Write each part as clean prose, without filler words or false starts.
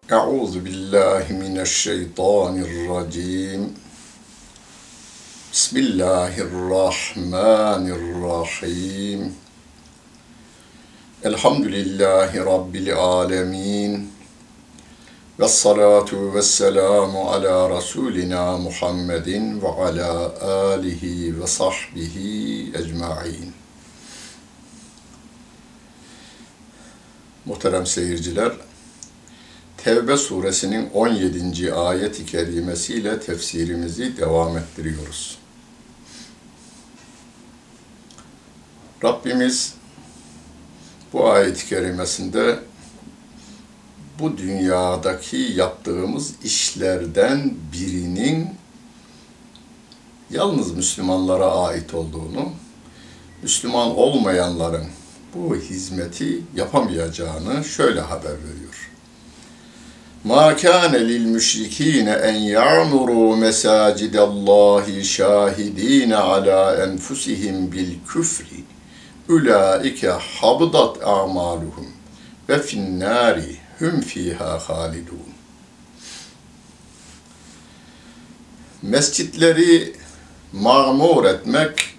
Euzu billahi mineşşeytanirracim. Bismillahirrahmanirrahim. Elhamdülillahi Rabbil alemin. Vessalatu vesselamu ala Resulina Muhammedin ve ala alihi ve sahbihi ecmain. Muhterem seyirciler, Tevbe suresinin 17. ayet-i kerimesiyle tefsirimizi devam ettiriyoruz. Rabbimiz bu ayet-i kerimesinde bu dünyadaki yaptığımız işlerden birinin yalnız Müslümanlara ait olduğunu, Müslüman olmayanların bu hizmeti yapamayacağını şöyle haber veriyor. مَا كَانَ لِلْمُشْرِك۪ينَ اَنْ يَعْمُرُوا مَسَاجِدَ اللّٰهِ شَاهِد۪ينَ عَلَى اَنْفُسِهِمْ بِالْكُفْرِ اُولَٰئِكَ حَبْضَتْ اَعْمَالُهُمْ وَفِي النَّارِ هُمْ ف۪يهَا خَالِدُونَ. Mescitleri mamur etmek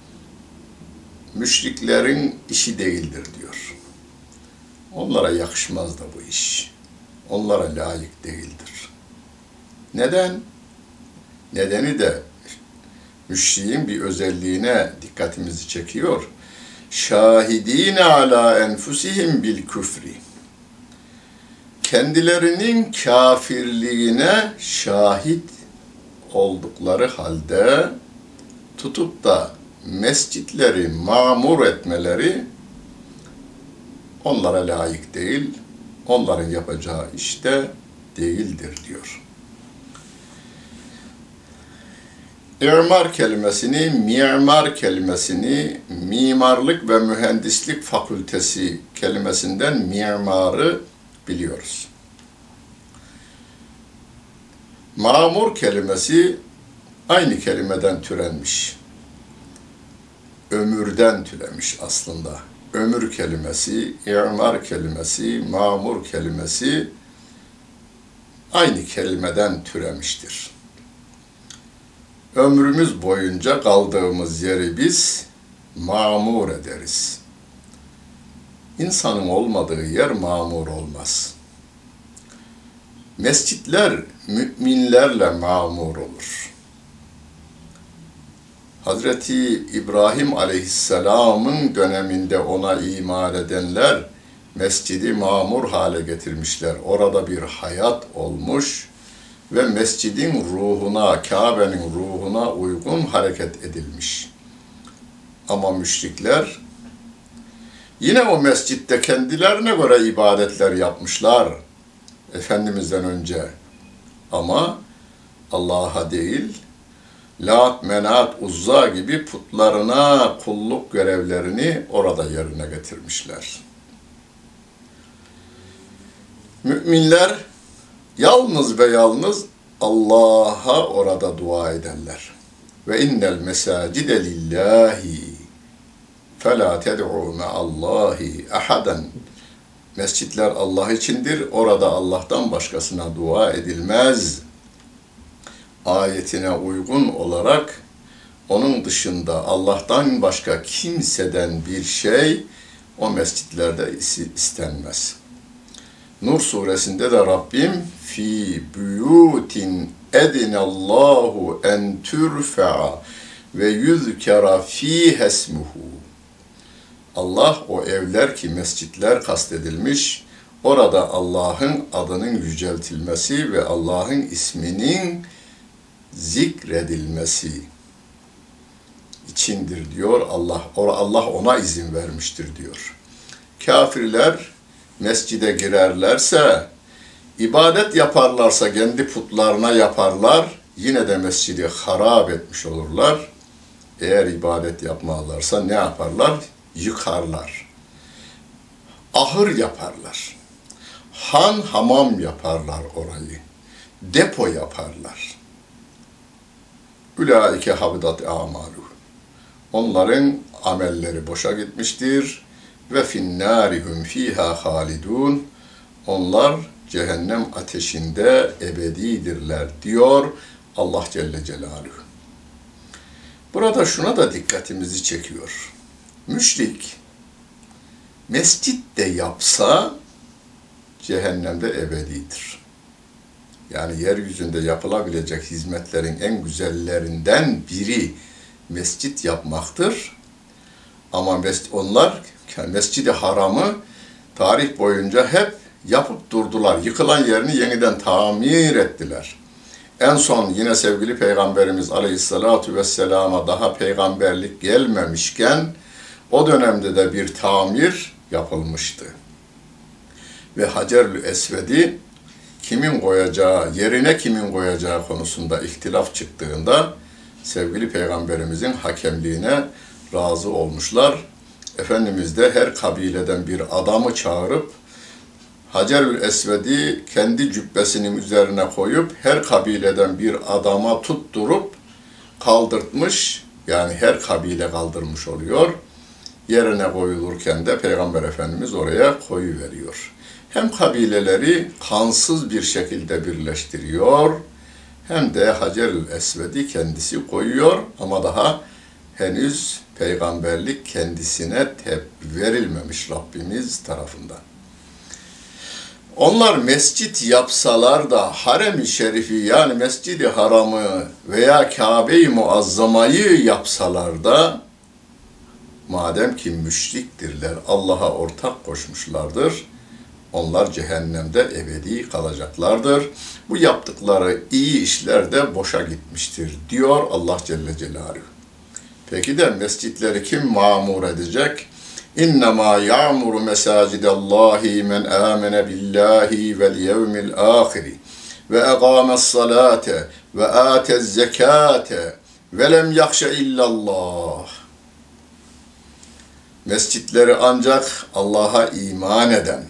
müşriklerin işi değildir diyor. Onlara yakışmaz da bu iş. Onlara layık değildir. Neden? Nedeni de müşriğin bir özelliğine dikkatimizi çekiyor. Şahidine ala enfusihim bil küfri. Kendilerinin kafirliğine şahit oldukları halde tutup da mescitleri mamur etmeleri onlara layık değil, onların yapacağı işte değildir diyor. İmar kelimesini mimarlık ve mühendislik fakültesi kelimesinden mimarı biliyoruz. Mamur kelimesi aynı kelimeden türenmiş. Ömürden türemiş aslında. Ömür kelimesi, imar kelimesi, mamur kelimesi aynı kelimeden türemiştir. Ömrümüz boyunca kaldığımız yeri biz mamur ederiz. İnsanın olmadığı yer mamur olmaz. Mescitler müminlerle mamur olur. Hazreti İbrahim Aleyhisselam'ın döneminde ona iman edenler mescidi mamur hale getirmişler. Orada bir hayat olmuş ve mescidin ruhuna, Kabe'nin ruhuna uygun hareket edilmiş. Ama müşrikler yine o mescitte kendilerine göre ibadetler yapmışlar Efendimiz'den önce. Ama Allah'a değil, Lat, Menat, Uzza gibi putlarına kulluk görevlerini orada yerine getirmişler. Müminler yalnız ve yalnız Allah'a orada dua ederler. Ve innel mesacide lillahi felâ ted'û me'allâhi ahaden. Mescitler Allah içindir. Orada Allah'tan başkasına dua edilmez. Ayetine uygun olarak onun dışında Allah'tan başka kimseden bir şey o mescitlerde istenmez. Nur suresinde de Rabbim fi buyutin edinallahu en turfa'a ve yuzkara fiha ismuhu. Allah o evler ki mescitler kastedilmiş, orada Allah'ın adının yüceltilmesi ve Allah'ın isminin zikredilmesi içindir diyor Allah. Allah ona izin vermiştir diyor. Kafirler mescide girerlerse, ibadet yaparlarsa kendi putlarına yaparlar, yine de mescidi harap etmiş olurlar. Eğer ibadet yapmazlarsa ne yaparlar? Yıkarlar. Ahır yaparlar. Han hamam yaparlar orayı. Depo yaparlar. Ulaike habdat a'maluhum. Onların amelleri boşa gitmiştir ve finnârihum fîhâ halidûn. Onlar cehennem ateşinde ebedidirler diyor Allah Celle Celaluhu. Burada şuna da dikkatimizi çekiyor. Müşrik mescit de yapsa cehennemde ebedidir. Yani yeryüzünde yapılabilecek hizmetlerin en güzellerinden biri mescit yapmaktır. Ama onlar Mescid-i Haram'ı tarih boyunca hep yapıp durdular. Yıkılan yerini yeniden tamir ettiler. En son yine sevgili Peygamberimiz Aleyhisselatü Vesselam'a daha peygamberlik gelmemişken o dönemde de bir tamir yapılmıştı. Ve Hacer-ül Esved'i kimin koyacağı, yerine kimin koyacağı konusunda ihtilaf çıktığında sevgili Peygamberimizin hakemliğine razı olmuşlar. Efendimiz de her kabileden bir adamı çağırıp Hacer-ül Esved'i kendi cübbesinin üzerine koyup her kabileden bir adama tutturup kaldırtmış. Yani her kabile kaldırmış oluyor. Yerine koyulurken de Peygamber Efendimiz oraya koyuveriyor. Hem kabileleri kansız bir şekilde birleştiriyor, hem de Hacer-ül Esved'i kendisi koyuyor ama daha henüz peygamberlik kendisine verilmemiş Rabbimiz tarafından. Onlar mescit yapsalar da Harem-i Şerifi yani Mescid-i Haram'ı veya Kabe-i Muazzama'yı yapsalar da madem ki müşriktirler, Allah'a ortak koşmuşlardır, onlar cehennemde ebedi kalacaklardır. Bu yaptıkları iyi işler de boşa gitmiştir diyor Allah Celle Celaluhu. Peki de mescitleri kim mamur edecek? İnnemâ ya'muru mesâcidallâhi men âmene billâhi vel yevmil âhiri ve egâmes salâte ve âtez zekâte ve lem yakşe illallah. Mescitleri ancak Allah'a iman eden,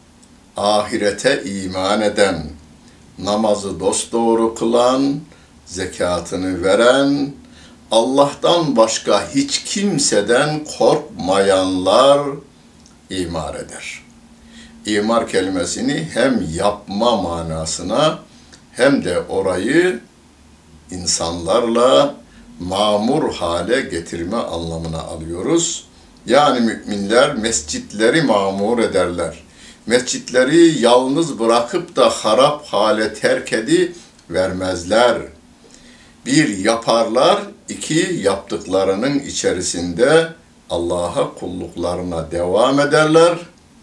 ahirete iman eden, namazı dosdoğru kılan, zekatını veren, Allah'tan başka hiç kimseden korkmayanlar imar eder. İmar kelimesini hem yapma manasına hem de orayı insanlarla mamur hale getirme anlamına alıyoruz. Yani müminler mescitleri mamur ederler. Mescitleri yalnız bırakıp da harap hale terk vermezler. Bir yaparlar, iki yaptıklarının içerisinde Allah'a kulluklarına devam ederler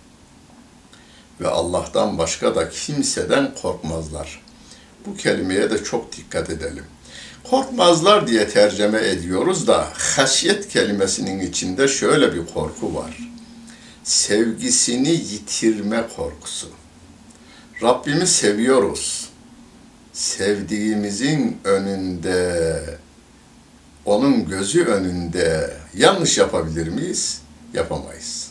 ve Allah'tan başka da kimseden korkmazlar. Bu kelimeye de çok dikkat edelim. Korkmazlar diye tercüme ediyoruz da haşyet kelimesinin içinde şöyle bir korku var. Sevgisini yitirme korkusu. Rabbimi seviyoruz. Sevdiğimizin önünde, onun gözü önünde yanlış yapabilir miyiz? Yapamayız.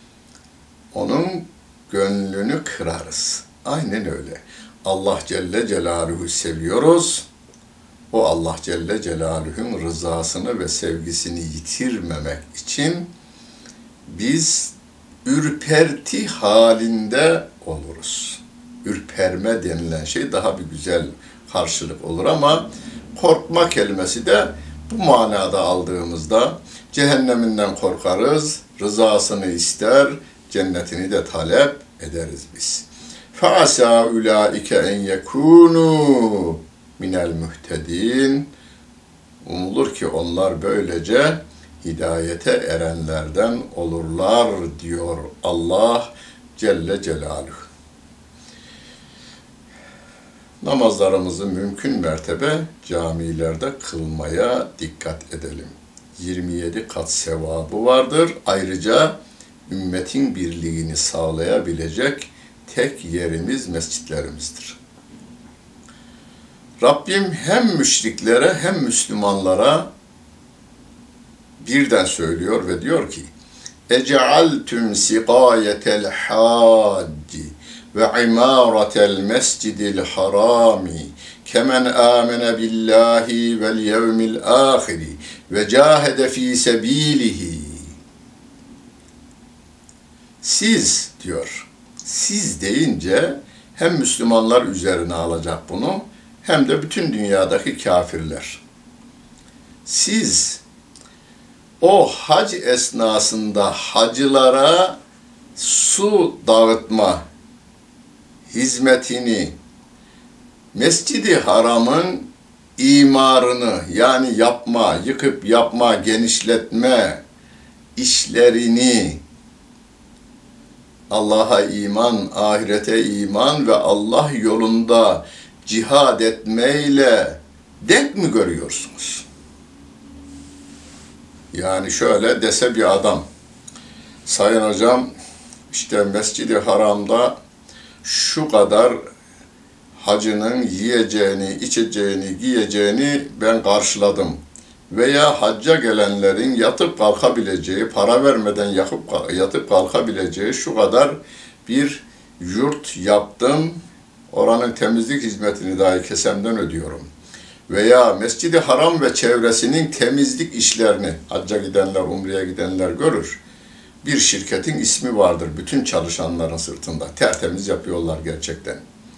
Onun gönlünü kırarız. Aynen öyle. Allah Celle Celaluhu seviyoruz. O Allah Celle Celaluhu'nun rızasını ve sevgisini yitirmemek için biz ürperti halinde oluruz. Ürperme denilen şey daha bir güzel karşılık olur ama korkma kelimesi de bu manada aldığımızda cehenneminden korkarız, rızasını ister, cennetini de talep ederiz biz. فَعَسَا اُولَٰئِكَ اَنْ يَكُونُوا minel mühtedin. Umulur ki onlar böylece hidayete erenlerden olurlar diyor Allah Celle Celaluhu. Namazlarımızı mümkün mertebe camilerde kılmaya dikkat edelim. 27 kat sevabı vardır. Ayrıca ümmetin birliğini sağlayabilecek tek yerimiz mescitlerimizdir. Rabbim hem müşriklere hem Müslümanlara birden söylüyor ve diyor ki اَجَعَلْتُمْ سِقَايَةَ الْحَاجِّ وَعِمَارَةَ الْمَسْجِدِ الْحَرَامِ كَمَنْ آمَنَ بِاللّٰهِ وَالْيَوْمِ الْآخِرِ وَجَاهَدَ ف۪ي سَب۪يلِهِ. Siz diyor, siz deyince hem Müslümanlar üzerine alacak bunu, hem de bütün dünyadaki kafirler. Siz o hac esnasında hacılara su dağıtma hizmetini, Mescid-i Haram'ın imarını, yani yapma, yıkıp yapma, genişletme işlerini, Allah'a iman, ahirete iman ve Allah yolunda cihad etmeyle denk mi görüyorsunuz? Yani şöyle dese bir adam, sayın hocam, işte Mescid-i Haram'da şu kadar hacının yiyeceğini, içeceğini, giyeceğini ben karşıladım. Veya hacca gelenlerin yatıp kalkabileceği, para vermeden yatıp kalkabileceği şu kadar bir yurt yaptım. Oranın temizlik hizmetini dahi kesemden ödüyorum. Veya Mescid-i Haram ve çevresinin temizlik işlerini hacca gidenler, umreye gidenler görür. Bir şirketin ismi vardır bütün çalışanların sırtında. Tertemiz yapıyorlar gerçekten.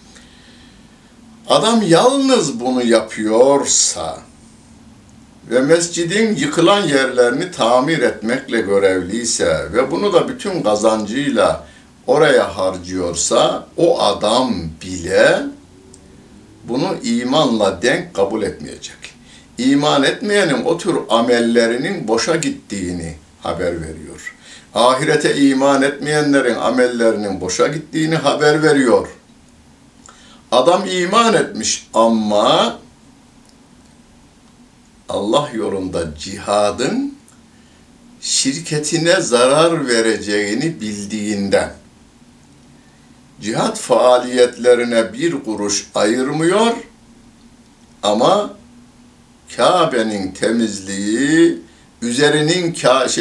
Adam yalnız bunu yapıyorsa ve mescidin yıkılan yerlerini tamir etmekle görevliyse ve bunu da bütün kazancıyla oraya harcıyorsa, o adam bile bunu imanla denk kabul etmeyecek. İman etmeyenin o tür amellerinin boşa gittiğini haber veriyor. Ahirete iman etmeyenlerin amellerinin boşa gittiğini haber veriyor. Adam iman etmiş ama Allah yolunda cihadın şirketine zarar vereceğini bildiğinden cihad faaliyetlerine bir kuruş ayırmıyor ama Kabe'nin temizliği, üzerinin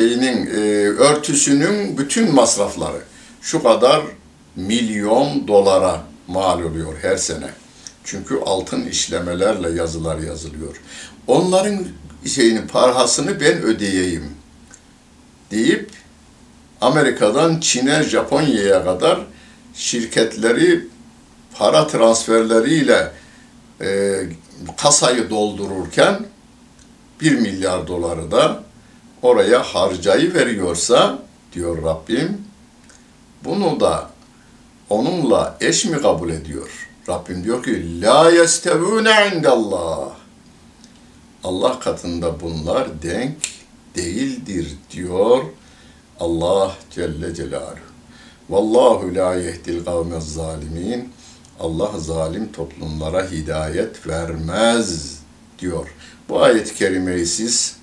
örtüsünün bütün masrafları şu kadar milyon dolara mal oluyor her sene. Çünkü altın işlemelerle yazılar yazılıyor. Onların parasını ben ödeyeyim deyip Amerika'dan Çin'e, Japonya'ya kadar şirketleri para transferleriyle kasayı doldururken 1 milyar doları da oraya harcayı veriyorsa diyor Rabbim, bunu da onunla eş mi kabul ediyor? Rabbim diyor ki la yestevûne indallah. Allah katında bunlar denk değildir diyor Allah Celle Celaluhu. Vallahu la yehdil kavmez zalimin. Allah zalim toplumlara hidayet vermez diyor. Bu ayet-i kerimeyi siz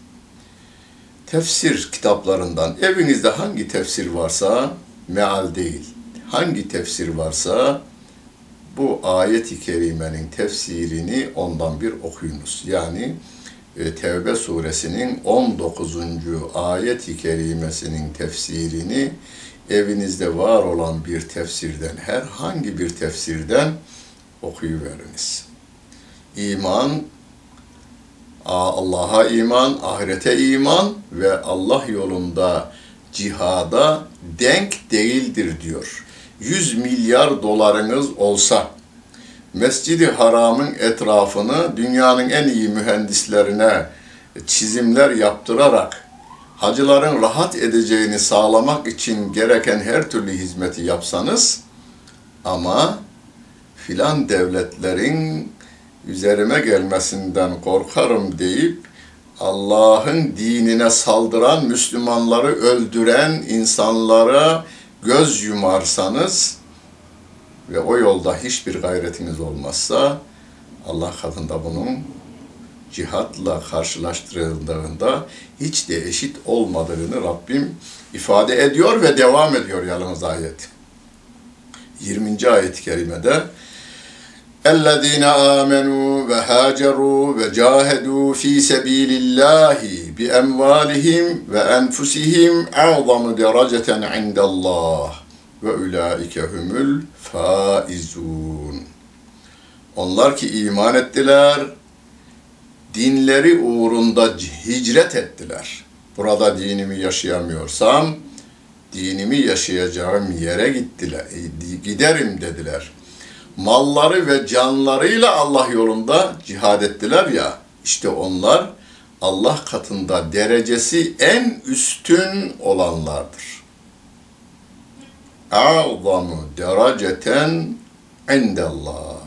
tefsir kitaplarından, evinizde hangi tefsir varsa, meal değil, hangi tefsir varsa bu ayet-i kerimenin tefsirini ondan bir okuyunuz. Yani Tevbe suresinin 19. ayet-i kerimesinin tefsirini evinizde var olan bir tefsirden, herhangi bir tefsirden okuyuveriniz. İman, Allah'a iman, ahirete iman ve Allah yolunda cihada denk değildir diyor. 100 milyar dolarınız olsa, Mescid-i Haram'ın etrafını dünyanın en iyi mühendislerine çizimler yaptırarak hacıların rahat edeceğini sağlamak için gereken her türlü hizmeti yapsanız ama filan devletlerin üzerime gelmesinden korkarım deyip Allah'ın dinine saldıran, Müslümanları öldüren insanlara göz yumarsanız ve o yolda hiçbir gayretiniz olmazsa Allah katında bunun cihatla karşılaştırıldığında hiç de eşit olmadığını Rabbim ifade ediyor ve devam ediyor yalnız ayet. 20. ayet-i kerimede اَلَّذ۪ينَ آمَنُوا وَهَاجَرُوا وَجَاهَدُوا ف۪ي سَب۪يلِ اللّٰهِ بِاَمْوَالِهِمْ وَاَنْفُسِهِمْ اَعْظَمُ دَرَجَةً عِنْدَ اللّٰهِ وَاُولَٰئِكَ هُمُ الْفَائِزُونَ. Onlar ki iman ettiler, dinleri uğrunda hicret ettiler. Burada dinimi yaşayamıyorsam, dinimi yaşayacağım yere giderim dediler. malları ve canlarıyla Allah yolunda cihad ettiler ya, işte onlar Allah katında derecesi en üstün olanlardır. A'zamu dereceten indallah.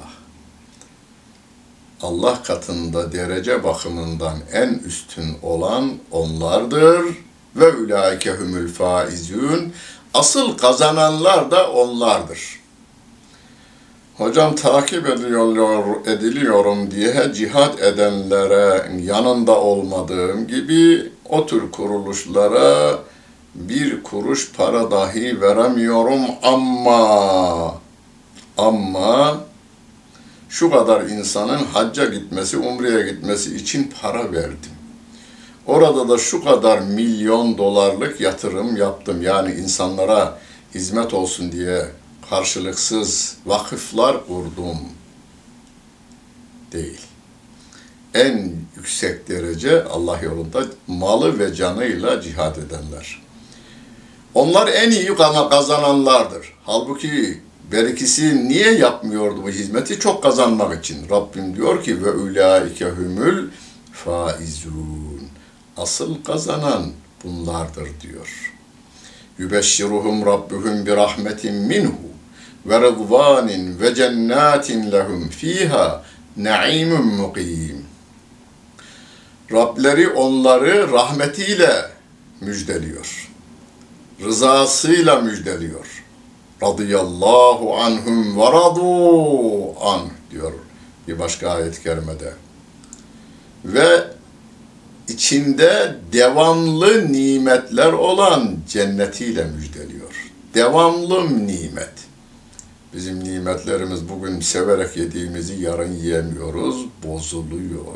Allah katında derece bakımından en üstün olan onlardır. Ve ulaike humul faizun. Asıl kazananlar da onlardır. Hocam takip ediliyorum diye cihad edenlere yanında olmadığım gibi o tür kuruluşlara bir kuruş para dahi veremiyorum ama şu kadar insanın hacca gitmesi, umreye gitmesi için para verdim. Orada da şu kadar milyon dolarlık yatırım yaptım. Yani insanlara hizmet olsun diye karşılıksız vakıflar kurdum. Değil. En yüksek derece Allah yolunda malı ve canıyla cihad edenler. Onlar en iyi kazananlardır. Halbuki berikisi niye yapmıyordu bu hizmeti? Çok kazanmak için. Rabbim diyor ki ve ulaike humul faizun. Asıl kazanan bunlardır diyor. Yübeşşiruhum rabbuhum bir rahmetin minhu ve rıdvanin ve cennetin lehum fiha na'imun muqim. Rableri onları rahmetiyle müjdeliyor. Rızasıyla müjdeliyor. Radıyallahu anhum ve radu an diyor bir başka ayet-i kerimede. Ve içinde devamlı nimetler olan cennetiyle müjdeliyor. Devamlı nimet. Bizim nimetlerimiz bugün severek yediğimizi yarın yiyemiyoruz, bozuluyor.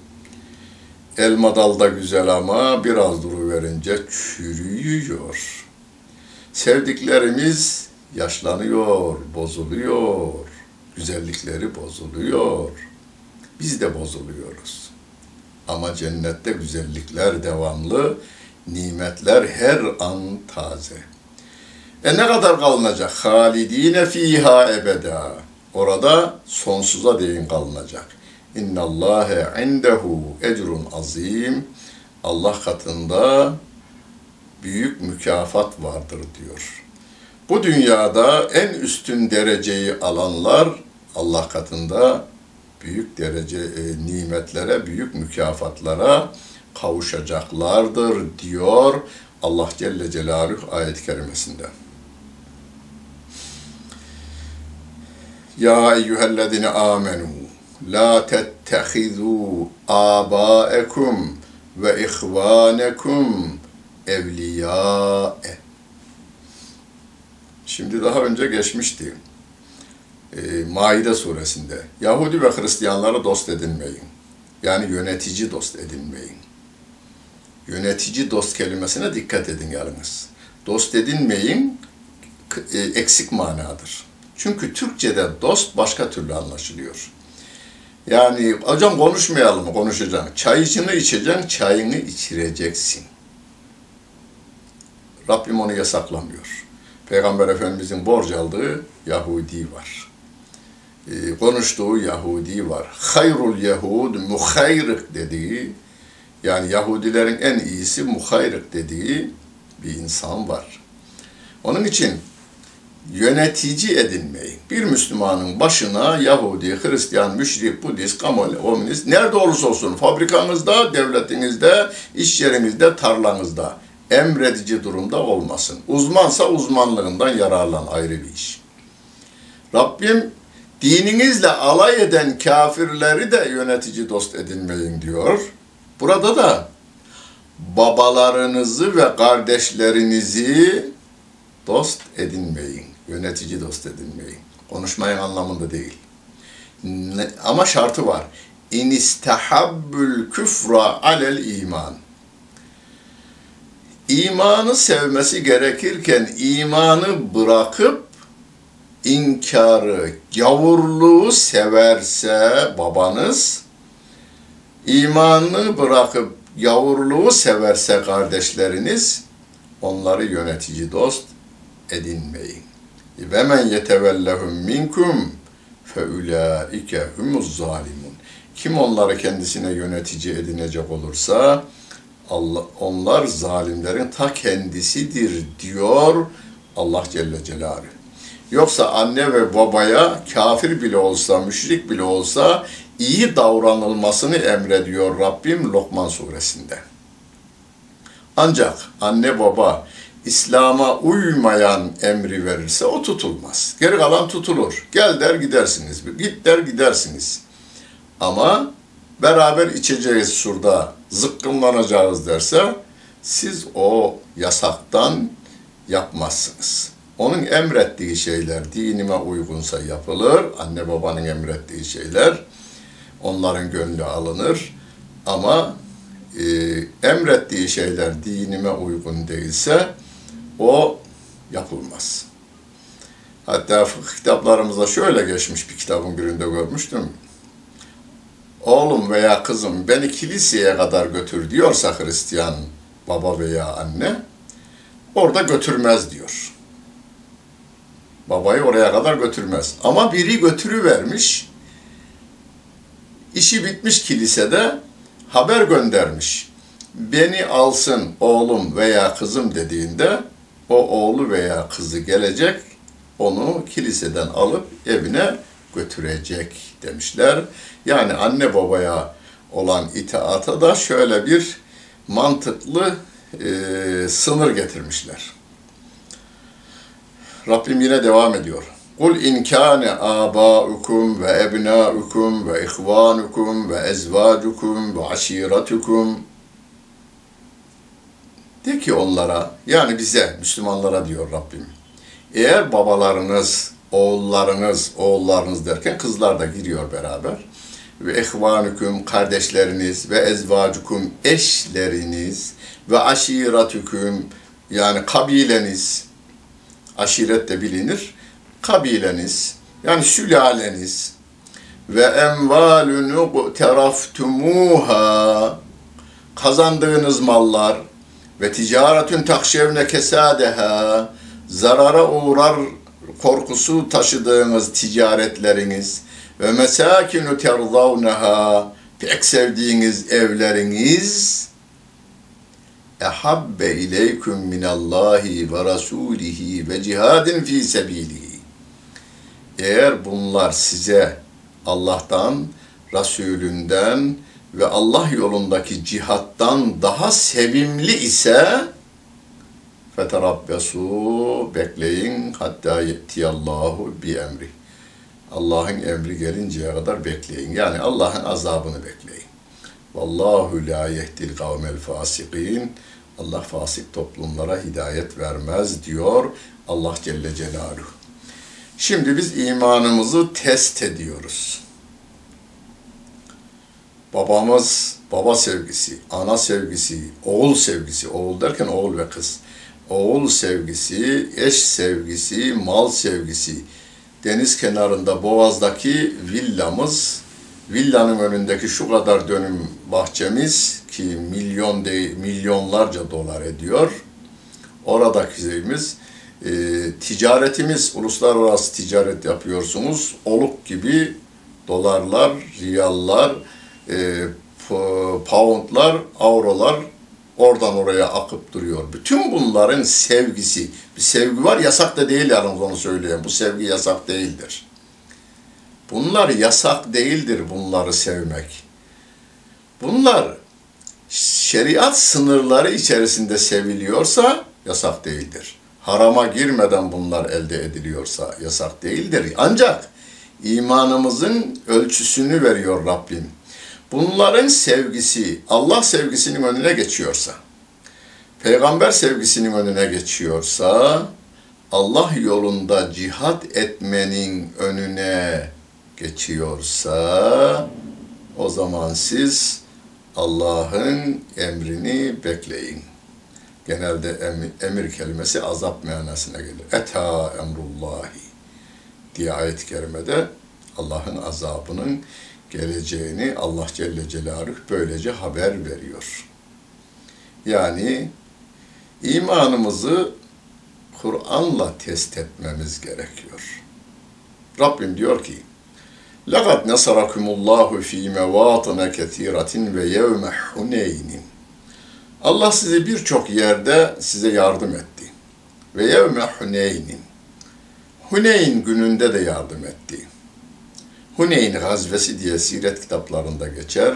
Elma dalda güzel ama biraz duruverince çürüyor. Sevdiklerimiz yaşlanıyor, bozuluyor. Güzellikleri bozuluyor. Biz de bozuluyoruz. Ama cennette güzellikler devamlı, nimetler her an taze. Ne kadar kalınacak? Halidine fiha ebeda. Orada sonsuza değin kalınacak. İnnallâhe indehu ecrun azim. Allah katında büyük mükafat vardır diyor. Bu dünyada en üstün dereceyi alanlar Allah katında büyük derece nimetlere, büyük mükafatlara kavuşacaklardır diyor Allah Celle Celaluhu ayet-i kerimesinde. Ya eyyühellezine amenu la tettehizû âbâekum ve ihvânekum evliyâe. Şimdi daha önce geçmişti. Maide suresinde Yahudi ve Hristiyanları dost edinmeyin. Yani yönetici dost edinmeyin. Yönetici dost kelimesine dikkat edin yalnız. Dost edinmeyin eksik manadır. Çünkü Türkçe'de dost başka türlü anlaşılıyor. Yani hocam konuşmayalım mı? Konuşacaksın. Çayını içeceksin, çayını içireceksin. Rabbim onu yasaklamıyor. Peygamber Efendimizin borç aldığı Yahudi var. Konuştuğu Yahudi var. Hayrul Yahud muhayrık dediği, yani Yahudilerin en iyisi muhayrık dediği bir insan var. Onun için yönetici edinmeyin. Bir Müslümanın başına Yahudi, Hristiyan, müşrik, Budist, komünist, nerede olursa olsun, fabrikanızda, devletinizde, iş yerinizde, tarlanızda emredici durumda olmasın. Uzmansa uzmanlığından yararlan, ayrı bir iş. Rabbim dininizle alay eden kafirleri de yönetici dost edinmeyin diyor. Burada da babalarınızı ve kardeşlerinizi dost edinmeyin. Yönetici dost edinmeyin. Konuşmayın anlamında değil. Ama şartı var. İn istahabbül küfra alel iman. İmanı sevmesi gerekirken imanı bırakıp inkarı, gavurluğu severse babanız, imanı bırakıp gavurluğu severse kardeşleriniz, onları yönetici dost edinmeyin. Ve men yetevellehum minkum فَاُولَٰئِكَ هُمُ الظَّالِمُونَ. Kim onları kendisine yönetici edinecek olursa Allah, onlar zalimlerin ta kendisidir diyor Allah Celle Celaluhu. Yoksa anne ve babaya kafir bile olsa, müşrik bile olsa iyi davranılmasını emrediyor Rabbim Lokman suresinde. Ancak anne baba İslam'a uymayan emri verirse o tutulmaz. Geri kalan tutulur. Gel der gidersiniz. Git der gidersiniz. Ama beraber içeceğiz şurada, zıkkımlanacağız derse siz o yasaktan yapmazsınız. Onun emrettiği şeyler dinime uygunsa yapılır. Anne babanın emrettiği şeyler onların gönlü alınır. Ama emrettiği şeyler dinime uygun değilse o yapılmaz. Hatta fıkıh kitaplarımızda şöyle geçmiş, bir kitabın birinde görmüştüm. Oğlum veya kızım beni kiliseye kadar götür diyorsa Hristiyan baba veya anne, orada götürmez diyor. Babayı oraya kadar götürmez. Ama biri götürüvermiş, işi bitmiş kilisede, haber göndermiş. Beni alsın oğlum veya kızım dediğinde o oğlu veya kızı gelecek, onu kiliseden alıp evine götürecek demişler. Yani anne babaya olan itaata da şöyle bir mantıklı sınır getirmişler. Rabbim yine devam ediyor. قُلْ اِنْ كَانَ آبَاؤُكُمْ وَاَبْنَاؤُكُمْ وَاِخْوَانُكُمْ وَاَزْوَاجُكُمْ وَعَشِيرَتُكُمْ. De ki onlara, yani bize, Müslümanlara diyor Rabbim. Eğer babalarınız, oğullarınız derken kızlar da giriyor beraber. Ve ehvanukum, kardeşleriniz, ve ezvacukum, eşleriniz, ve aşiratüküm, yani kabileniz, aşiret de bilinir, kabileniz, yani sülaleniz, ve emvalunu teraftumuha, kazandığınız mallar, ve ticaretün takşevne kesadeha, zarara uğrar korkusu taşıdığınız ticaretleriniz, ve mesakinu terzavneha, pek sevdiğiniz evleriniz, ehabbe ileyküm minallahi ve rasulihi ve cihadin fi sebilihi. Eğer bunlar size Allah'tan, Resulünden ve Allah yolundaki cihattan daha sevimli ise feterabbesu, bekleyin hatta yettiyallahu bi emri. Allah'ın emri gelinceye kadar bekleyin. Yani Allah'ın azabını bekleyin. Vallahu la yehdil kavmel fasikin. Allah fasık toplumlara hidayet vermez diyor Allah Celle Celaluhu. Şimdi biz imanımızı test ediyoruz. Baba sevgisi, ana sevgisi, oğul sevgisi, oğul derken oğul ve kız, oğul sevgisi, eş sevgisi, mal sevgisi, deniz kenarında Boğaz'daki villamız, villanın önündeki şu kadar dönüm bahçemiz ki milyonlarca dolar ediyor, oradaki şeyimiz, ticaretimiz, uluslararası ticaret yapıyorsunuz, oluk gibi dolarlar, riyallar, poundlar, avrolar oradan oraya akıp duruyor. Bütün bunların sevgisi, bir sevgi var, yasak da değil yalnız onu söyleyeyim. Bu sevgi yasak değildir. Bunlar yasak değildir bunları sevmek. Bunlar şeriat sınırları içerisinde seviliyorsa yasak değildir. Harama girmeden bunlar elde ediliyorsa yasak değildir. Ancak imanımızın ölçüsünü veriyor Rabbim. Bunların sevgisi Allah sevgisinin önüne geçiyorsa, peygamber sevgisinin önüne geçiyorsa, Allah yolunda cihat etmenin önüne geçiyorsa, o zaman siz Allah'ın emrini bekleyin. Genelde emir kelimesi azap manasına gelir. Eta emrullahi diye ayet-i kerimede Allah'ın azabının geleceğini Allah Celle Celaluhu böylece haber veriyor. Yani imanımızı Kur'an'la test etmemiz gerekiyor. Rabbim diyor ki, لَقَدْ نَصَرَكُمُ اللّٰهُ ف۪ي مَوَاطِنَ كَثِيرَةٍ وَيَوْمَ حُنَيْنٍ. Allah sizi birçok yerde size yardım etti. Ve yevme Huneyn'in. Huneyn gününde de yardım etti. Huneyn gazvesi diye siret kitaplarında geçer.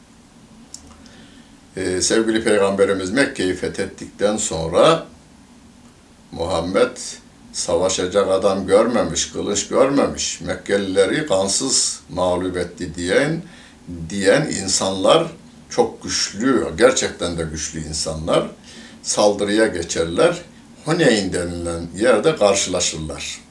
Sevgili Peygamberimiz Mekke'yi fethettikten sonra Muhammed savaşacak adam görmemiş, kılıç görmemiş, Mekkelileri kansız mağlup etti diyen insanlar çok güçlü, gerçekten de güçlü insanlar saldırıya geçerler. Huneyn denilen yerde karşılaşırlar.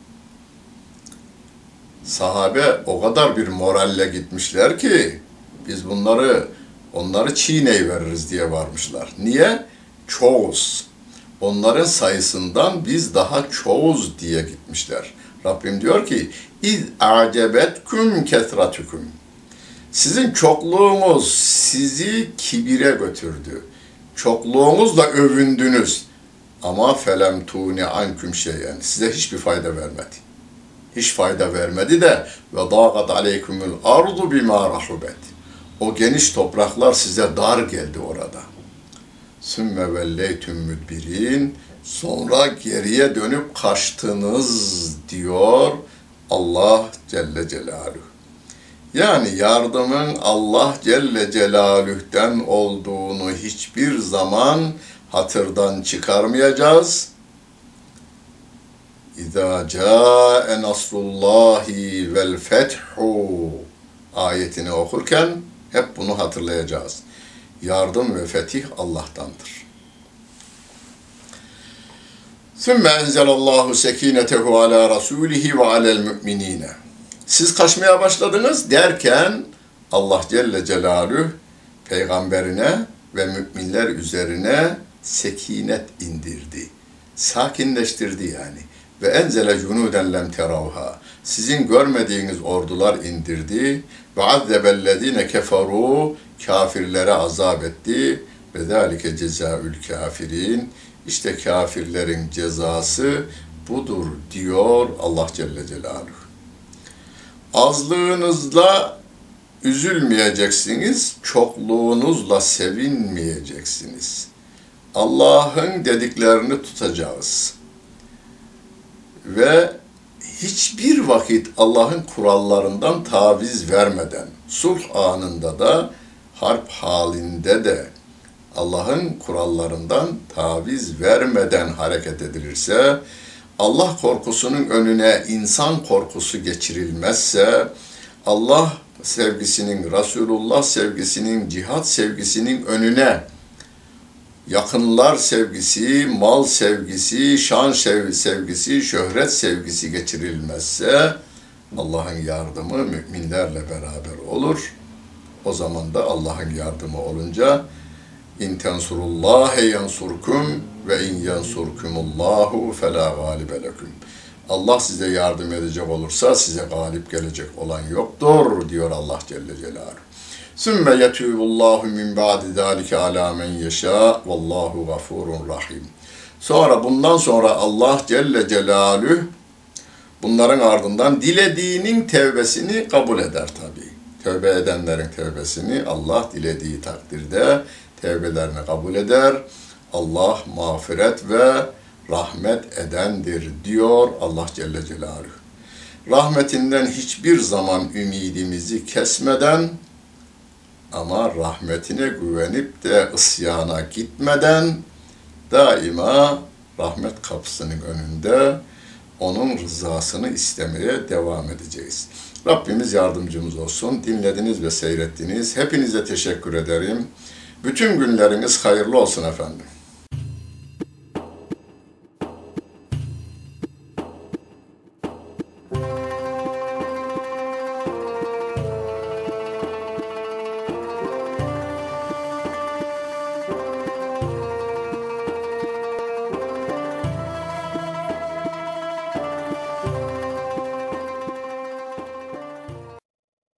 Sahabe o kadar bir moralle gitmişler ki biz onları çiğneyiveririz diye varmışlar. Niye? Çoğuz. Onların sayısından biz daha çoğuz diye gitmişler. Rabbim diyor ki İz a'cebetküm kesratüküm. Sizin çokluğunuz sizi kibire götürdü. Çokluğunuzla övündünüz. Ama felem tuni anküm şeyen. Size hiçbir fayda vermedi. Hiç fayda vermedi de ve dâgat aleykümül ardu bimâ rahubet. O geniş topraklar size dar geldi orada. Sümme velleytüm müdbirin. Sonra geriye dönüp kaçtınız diyor Allah Celle Celaluhu. Yani yardımın Allah Celle Celaluhu'dan olduğunu hiçbir zaman hatırdan çıkarmayacağız. İzâ câe nasrullâhi vel fethu ayetini okurken hep bunu hatırlayacağız. Yardım ve fetih Allah'tandır. Sümme enzelallahu sekinetehu ala rasulihi ve alel müminine. Siz kaçmaya başladınız derken Allah Celle Celaluhu peygamberine ve müminler üzerine sekinet indirdi. Sakinleştirdi yani. Ve enzele cunuden lem teravha. Sizin görmediğiniz ordular indirdi. Ve azzebellezine keferu. Kafirlere azap etti. Ve zâlike cezaül kafirin. İşte kafirlerin cezası budur diyor Allah Celle Celaluhu. Azlığınızla üzülmeyeceksiniz, çokluğunuzla sevinmeyeceksiniz. Allah'ın dediklerini tutacağız. Ve hiçbir vakit Allah'ın kurallarından taviz vermeden, sulh anında da, harp halinde de Allah'ın kurallarından taviz vermeden hareket edilirse, Allah korkusunun önüne insan korkusu geçirilmezse, Allah sevgisinin, Resulullah sevgisinin, cihat sevgisinin önüne yakınlar sevgisi, mal sevgisi, şan sevgisi, şöhret sevgisi geçirilmezse Allah'ın yardımı müminlerle beraber olur. O zaman da Allah'ın yardımı olunca İn tensurullâhe yansurkum ve in yansurkumullahu felâ gâlibe leküm. Allah size yardım edecek olursa size galip gelecek olan yoktur diyor Allah Celle Celaluhu. Sümme yetûbullahu min ba'di zâlike alâ men yeşâ vallâhu gafurun rahim. Bundan sonra Allah Celle Celaluhu bunların ardından dilediğinin tevbesini kabul eder tabi. Tövbe edenlerin tevbesini Allah dilediği takdirde tevbelerini kabul eder. Allah mağfiret ve rahmet edendir diyor Allah Celle Celaluhu. Rahmetinden hiçbir zaman ümidimizi kesmeden ama rahmetine güvenip de isyana gitmeden daima rahmet kapısının önünde onun rızasını istemeye devam edeceğiz. Rabbimiz yardımcımız olsun. Dinlediniz ve seyrettiniz. Hepinize teşekkür ederim. Bütün günleriniz hayırlı olsun efendim.